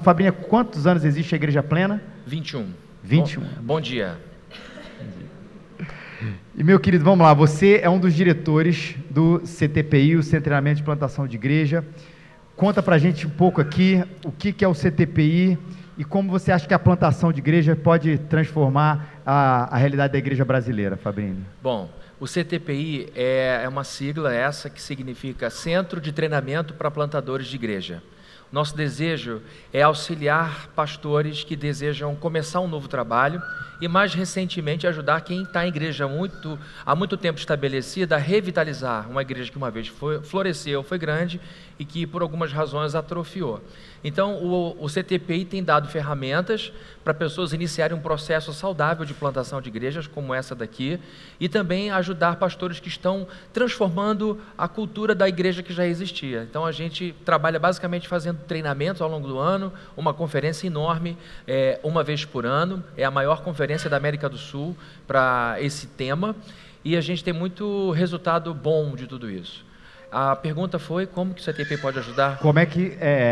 Fabrício, quantos anos existe a Igreja Plena? 21. 21. Bom dia. E, meu querido, vamos lá, você é um dos diretores do CTPI, o Centro de Treinamento de Plantação de Igreja. Conta pra gente um pouco aqui o que é o CTPI e como você acha que a plantação de igreja pode transformar a realidade da igreja brasileira, Fabrício. Bom, o CTPI é uma sigla essa que significa Centro de Treinamento para Plantadores de Igreja. Nosso desejo é auxiliar pastores que desejam começar um novo trabalho e, mais recentemente, ajudar quem está em igreja há muito tempo estabelecida a revitalizar uma igreja que uma vez floresceu, foi grande e que, por algumas razões, atrofiou. Então, o CTPI tem dado ferramentas para pessoas iniciarem um processo saudável de plantação de igrejas, como essa daqui, e também ajudar pastores que estão transformando a cultura da igreja que já existia. Então, a gente trabalha basicamente fazendo treinamentos ao longo do ano, uma conferência enorme, uma vez por ano, é a maior conferência da América do Sul para esse tema, e a gente tem muito resultado bom de tudo isso. A pergunta foi como que o CTPI pode ajudar? Como é que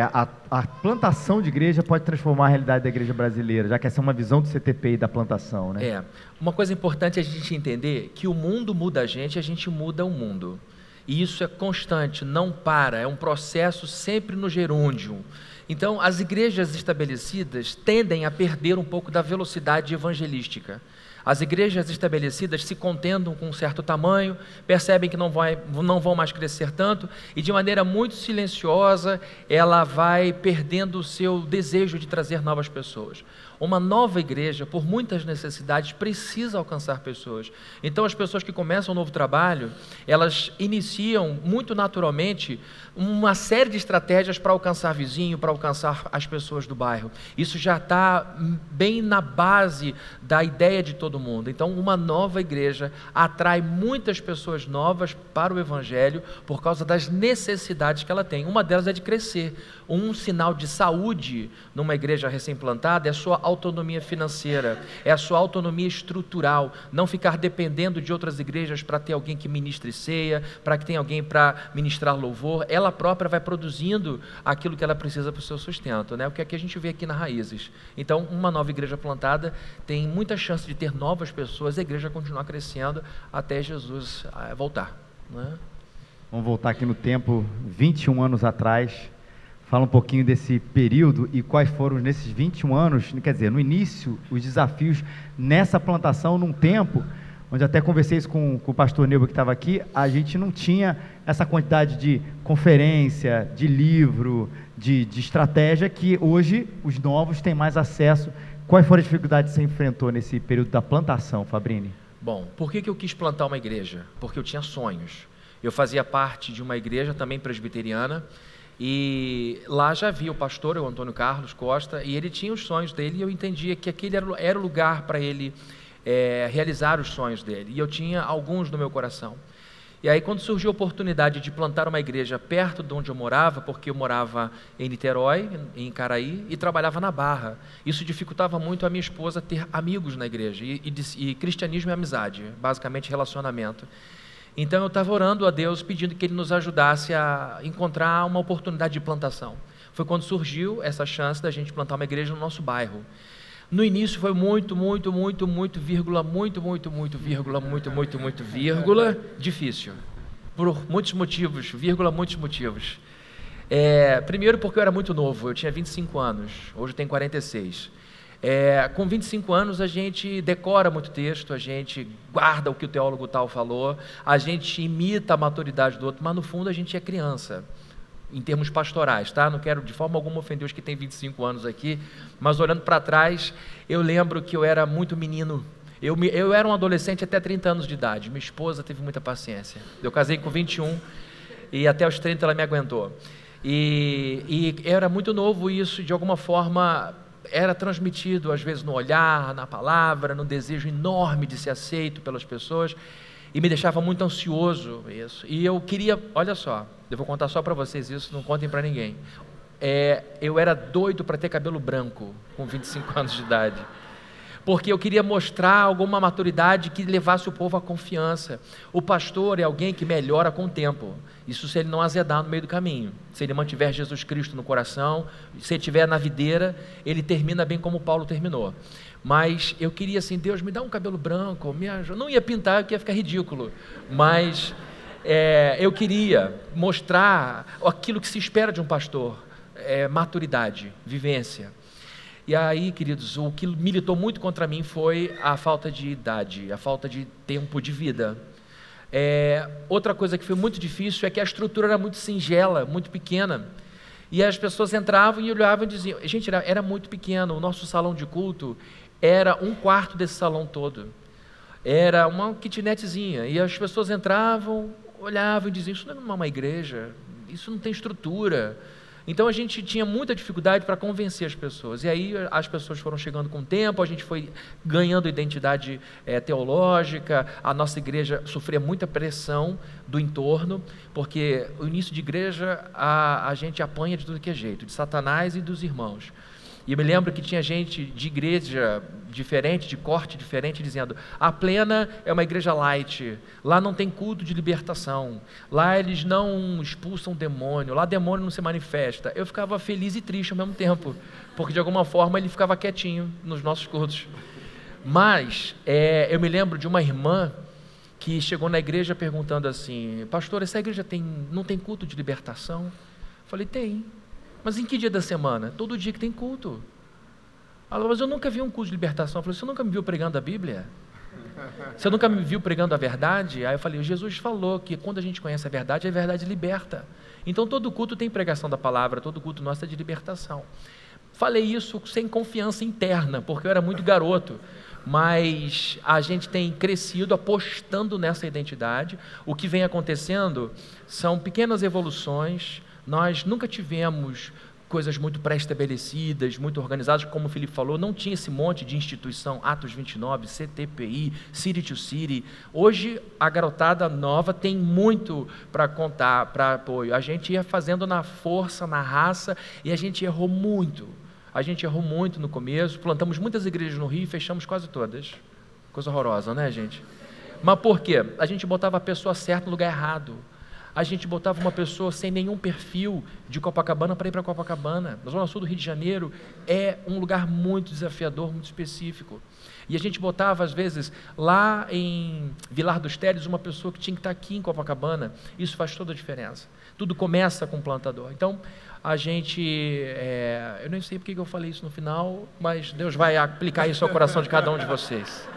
a plantação de igreja pode transformar a realidade da igreja brasileira, já que essa é uma visão do CTPI da plantação, né? Uma coisa importante é a gente entender que o mundo muda a gente muda o mundo. E isso é constante, não para, é um processo sempre no gerúndio. Então, as igrejas estabelecidas tendem a perder um pouco da velocidade evangelística. As igrejas estabelecidas se contentam com um certo tamanho, percebem que não vão mais crescer tanto e, de maneira muito silenciosa, ela vai perdendo o seu desejo de trazer novas pessoas. Uma nova igreja, por muitas necessidades, precisa alcançar pessoas. Então, as pessoas que começam um novo trabalho, elas iniciam muito naturalmente uma série de estratégias para alcançar vizinho, para alcançar as pessoas do bairro. Isso já está bem na base da ideia de todo mundo. Então, uma nova igreja atrai muitas pessoas novas para o Evangelho por causa das necessidades que ela tem. Uma delas é de crescer. Um sinal de saúde numa igreja recém-plantada é a sua autonomia financeira, é a sua autonomia estrutural, não ficar dependendo de outras igrejas para ter alguém que ministre ceia, para que tenha alguém para ministrar louvor. Ela própria vai produzindo aquilo que ela precisa para o seu sustento, né? O que é que a gente vê aqui na Raízes. Então, uma nova igreja plantada tem muita chance de ter novas pessoas, a igreja continuar crescendo até Jesus voltar, né? Vamos voltar aqui no tempo, 21 anos atrás. Fala um pouquinho desse período e quais foram nesses 21 anos, quer dizer, no início, os desafios nessa plantação, num tempo, onde até conversei isso com o pastor Neuber que estava aqui, a gente não tinha essa quantidade de conferência, de livro, de estratégia que hoje os novos têm mais acesso. Quais foram as dificuldades que você enfrentou nesse período da plantação, Fabrini? Bom, por que eu quis plantar uma igreja? Porque eu tinha sonhos. Eu fazia parte de uma igreja também presbiteriana, e lá já havia o pastor, o Antônio Carlos Costa, e ele tinha os sonhos dele, e eu entendia que aquele era o lugar para ele realizar os sonhos dele, e eu tinha alguns no meu coração. E aí, quando surgiu a oportunidade de plantar uma igreja perto de onde eu morava, porque eu morava em Niterói, em Caraí, e trabalhava na Barra, isso dificultava muito a minha esposa ter amigos na igreja, e cristianismo é amizade, basicamente relacionamento. Então eu estava orando a Deus, pedindo que Ele nos ajudasse a encontrar uma oportunidade de plantação. Foi quando surgiu essa chance da gente plantar uma igreja no nosso bairro. No início foi muito, vírgula, difícil. Por muitos motivos, muitos motivos. Primeiro porque eu era muito novo, eu tinha 25 anos, hoje eu tenho 46. Com 25 anos a gente decora muito texto, a gente guarda o que o teólogo tal falou, a gente imita a maturidade do outro, mas no fundo a gente é criança, em termos pastorais, tá? Não quero de forma alguma ofender os que têm 25 anos aqui, mas olhando para trás, eu lembro que eu era muito menino. Eu era um adolescente até 30 anos de idade, minha esposa teve muita paciência. Eu casei com 21 e até os 30 ela me aguentou. E era muito novo isso, de alguma forma era transmitido às vezes no olhar, na palavra, no desejo enorme de ser aceito pelas pessoas, e me deixava muito ansioso isso. E eu queria, olha só, eu vou contar só para vocês isso, não contem para ninguém. Eu era doido para ter cabelo branco com 25 anos de idade, porque eu queria mostrar alguma maturidade que levasse o povo à confiança. O pastor é alguém que melhora com o tempo, isso se ele não azedar no meio do caminho, se ele mantiver Jesus Cristo no coração, se ele estiver na videira, ele termina bem como Paulo terminou. Mas eu queria assim, Deus me dá um cabelo branco, me ajuda. Não ia pintar, porque ia ficar ridículo, mas eu queria mostrar aquilo que se espera de um pastor, maturidade, vivência. E aí, queridos, o que militou muito contra mim foi a falta de idade, a falta de tempo de vida. Outra coisa que foi muito difícil é que a estrutura era muito singela, muito pequena, e as pessoas entravam e olhavam e diziam, gente, era muito pequeno, o nosso salão de culto era 1/4 desse salão todo, era uma kitnetzinha, e as pessoas entravam, olhavam e diziam, isso não é uma igreja, isso não tem estrutura. Então a gente tinha muita dificuldade para convencer as pessoas, e aí as pessoas foram chegando com o tempo, a gente foi ganhando identidade teológica, a nossa igreja sofria muita pressão do entorno, porque o início de igreja a gente apanha de tudo que é jeito, de Satanás e dos irmãos. E eu me lembro que tinha gente de igreja diferente, de corte diferente, dizendo, a Plena é uma igreja light, lá não tem culto de libertação, lá eles não expulsam demônio, lá demônio não se manifesta. Eu ficava feliz e triste ao mesmo tempo, porque de alguma forma ele ficava quietinho nos nossos cultos. Mas eu me lembro de uma irmã que chegou na igreja perguntando assim, pastor, essa igreja não tem culto de libertação? Eu falei, tem. Mas em que dia da semana? Todo dia que tem culto. Ela falou, mas eu nunca vi um culto de libertação. Eu falei, você nunca me viu pregando a Bíblia? Você nunca me viu pregando a verdade? Aí eu falei, Jesus falou que quando a gente conhece a verdade liberta. Então todo culto tem pregação da palavra, todo culto nosso é de libertação. Falei isso sem confiança interna, porque eu era muito garoto, mas a gente tem crescido apostando nessa identidade. O que vem acontecendo são pequenas evoluções. Nós nunca tivemos coisas muito pré-estabelecidas, muito organizadas, como o Felipe falou, não tinha esse monte de instituição, Atos 29, CTPI, City to City. Hoje a garotada nova tem muito para contar, para apoio. A gente ia fazendo na força, na raça, e a gente errou muito. A gente errou muito no começo, plantamos muitas igrejas no Rio e fechamos quase todas. Coisa horrorosa, né, gente? Mas por quê? A gente botava a pessoa certa no lugar errado. A gente botava uma pessoa sem nenhum perfil de Copacabana para ir para Copacabana. Na Zona Sul do Rio de Janeiro é um lugar muito desafiador, muito específico. E a gente botava, às vezes, lá em Vilar dos Teles, uma pessoa que tinha que estar aqui em Copacabana. Isso faz toda a diferença. Tudo começa com o plantador. Então, a gente... eu nem sei porque que eu falei isso no final, mas Deus vai aplicar isso ao coração de cada um de vocês.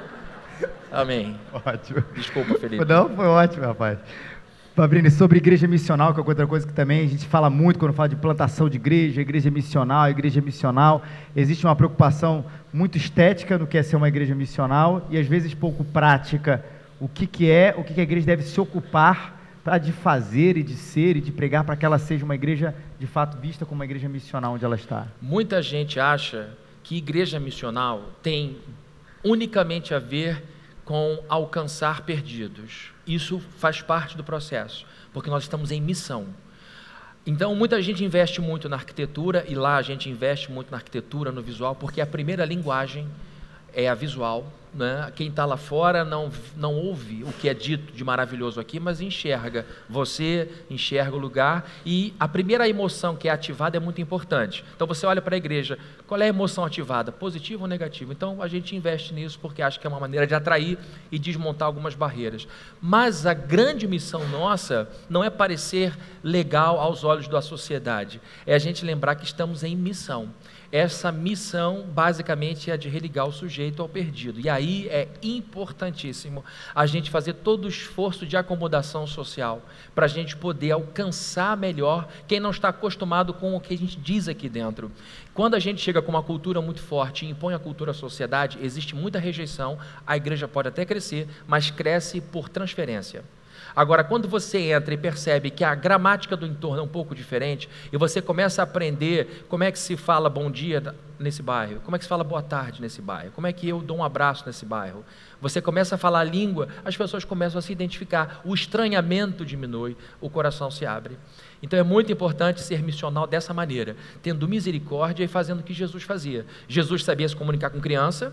Amém. Ótimo. Desculpa, Felipe. Não, foi ótimo, rapaz. Fabrini, sobre igreja missional, que é outra coisa que também a gente fala muito quando fala de plantação de igreja missional, existe uma preocupação muito estética no que é ser uma igreja missional e às vezes pouco prática. O que a igreja deve se ocupar de fazer e de ser e de pregar para que ela seja uma igreja de fato vista como uma igreja missional onde ela está? Muita gente acha que igreja missional tem unicamente a ver com alcançar perdidos. Isso faz parte do processo, porque nós estamos em missão. Então, muita gente investe muito na arquitetura, e lá a gente investe muito na arquitetura, no visual, porque a primeira linguagem é a visual, né? Quem está lá fora não ouve o que é dito de maravilhoso aqui, mas enxerga. Você enxerga o lugar, e a primeira emoção que é ativada é muito importante. Então você olha para a igreja, qual é a emoção ativada? Positiva ou negativa? Então a gente investe nisso porque acha que é uma maneira de atrair e desmontar algumas barreiras. Mas a grande missão nossa não é parecer legal aos olhos da sociedade, é a gente lembrar que estamos em missão. Essa missão, basicamente, é a de religar o sujeito ao perdido. E aí é importantíssimo a gente fazer todo o esforço de acomodação social para a gente poder alcançar melhor quem não está acostumado com o que a gente diz aqui dentro. Quando a gente chega com uma cultura muito forte e impõe a cultura à sociedade, existe muita rejeição, a igreja pode até crescer, mas cresce por transferência. Agora, quando você entra e percebe que a gramática do entorno é um pouco diferente, e você começa a aprender como é que se fala bom dia nesse bairro, como é que se fala boa tarde nesse bairro, como é que eu dou um abraço nesse bairro, você começa a falar a língua, as pessoas começam a se identificar, o estranhamento diminui, o coração se abre. Então é muito importante ser missional dessa maneira, tendo misericórdia e fazendo o que Jesus fazia. Jesus sabia se comunicar com criança,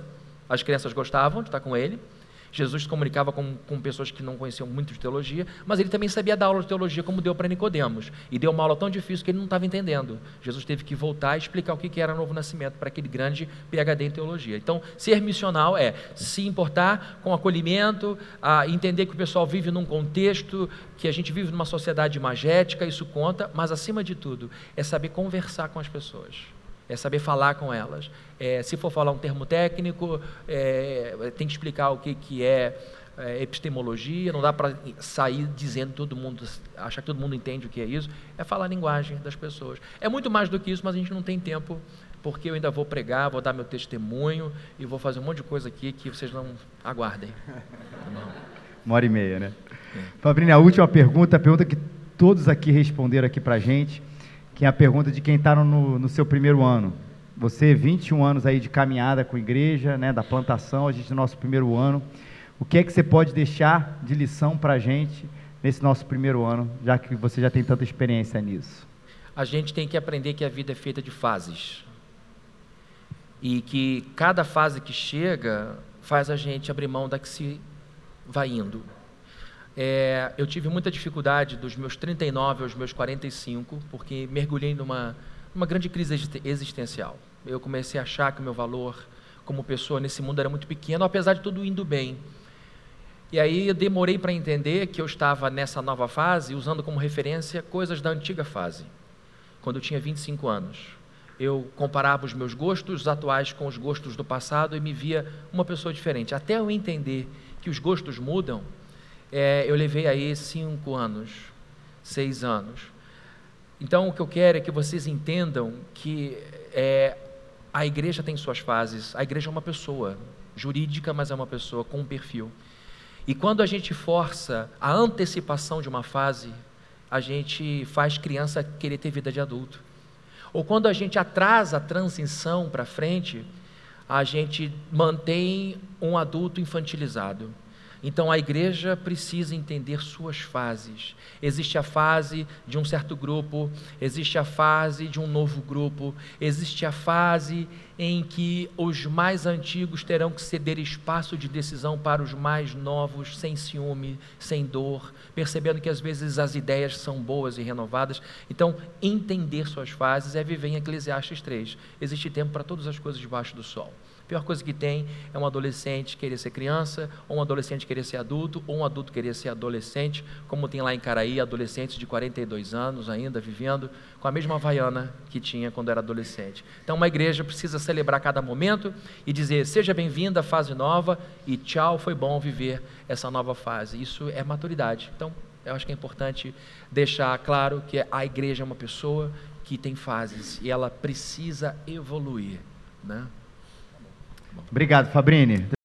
As crianças gostavam de estar com ele. Jesus se comunicava com pessoas que não conheciam muito de teologia, mas ele também sabia dar aula de teologia, como deu para Nicodemos, e deu uma aula tão difícil que ele não estava entendendo. Jesus teve que voltar e explicar o que era novo nascimento para aquele grande PhD em teologia. Então, ser missional é se importar com o acolhimento, entender que o pessoal vive num contexto, que a gente vive numa sociedade imagética, isso conta, mas acima de tudo, é saber conversar com as pessoas. É saber falar com elas. Se for falar um termo técnico, tem que explicar o que é epistemologia, não dá para sair dizendo todo mundo, achar que todo mundo entende o que é isso, é falar a linguagem das pessoas. É muito mais do que isso, mas a gente não tem tempo, porque eu ainda vou pregar, vou dar meu testemunho e vou fazer um monte de coisa aqui que vocês não aguardem. Uma hora e meia, né? Fabrini, a última pergunta, a pergunta que todos aqui responderam aqui para a gente, que é a pergunta de quem está no seu primeiro ano. Você, 21 anos aí de caminhada com a igreja, né, da plantação, a gente no nosso primeiro ano. O que é que você pode deixar de lição para a gente nesse nosso primeiro ano, já que você já tem tanta experiência nisso? A gente tem que aprender que a vida é feita de fases. E que cada fase que chega faz a gente abrir mão da que se vai indo. Eu tive muita dificuldade dos meus 39 aos meus 45, porque mergulhei numa grande crise existencial. Eu comecei a achar que o meu valor como pessoa nesse mundo era muito pequeno, apesar de tudo indo bem. E aí eu demorei para entender que eu estava nessa nova fase, usando como referência coisas da antiga fase, quando eu tinha 25 anos. Eu comparava os meus gostos atuais com os gostos do passado e me via uma pessoa diferente. Até eu entender que os gostos mudam, eu levei aí 5 anos, 6 anos. Então, o que eu quero é que vocês entendam que a igreja tem suas fases. A igreja é uma pessoa jurídica, mas é uma pessoa com um perfil. E quando a gente força a antecipação de uma fase, a gente faz criança querer ter vida de adulto. Ou quando a gente atrasa a transição para frente, a gente mantém um adulto infantilizado. Então a igreja precisa entender suas fases. Existe a fase de um certo grupo, existe a fase de um novo grupo, existe a fase em que os mais antigos terão que ceder espaço de decisão para os mais novos, sem ciúme, sem dor, percebendo que às vezes as ideias são boas e renovadas. Então, entender suas fases é viver em Eclesiastes 3. Existe tempo para todas as coisas debaixo do sol. A pior coisa que tem é um adolescente querer ser criança, ou um adolescente querer ser adulto, ou um adulto querer ser adolescente, como tem lá em Caraí, adolescentes de 42 anos ainda vivendo com a mesma havaiana que tinha quando era adolescente. Então uma igreja precisa celebrar cada momento e dizer, seja bem-vinda à fase nova e tchau, foi bom viver essa nova fase. Isso é maturidade. Então eu acho que é importante deixar claro que a igreja é uma pessoa que tem fases e ela precisa evoluir, né? Obrigado, Fabrini.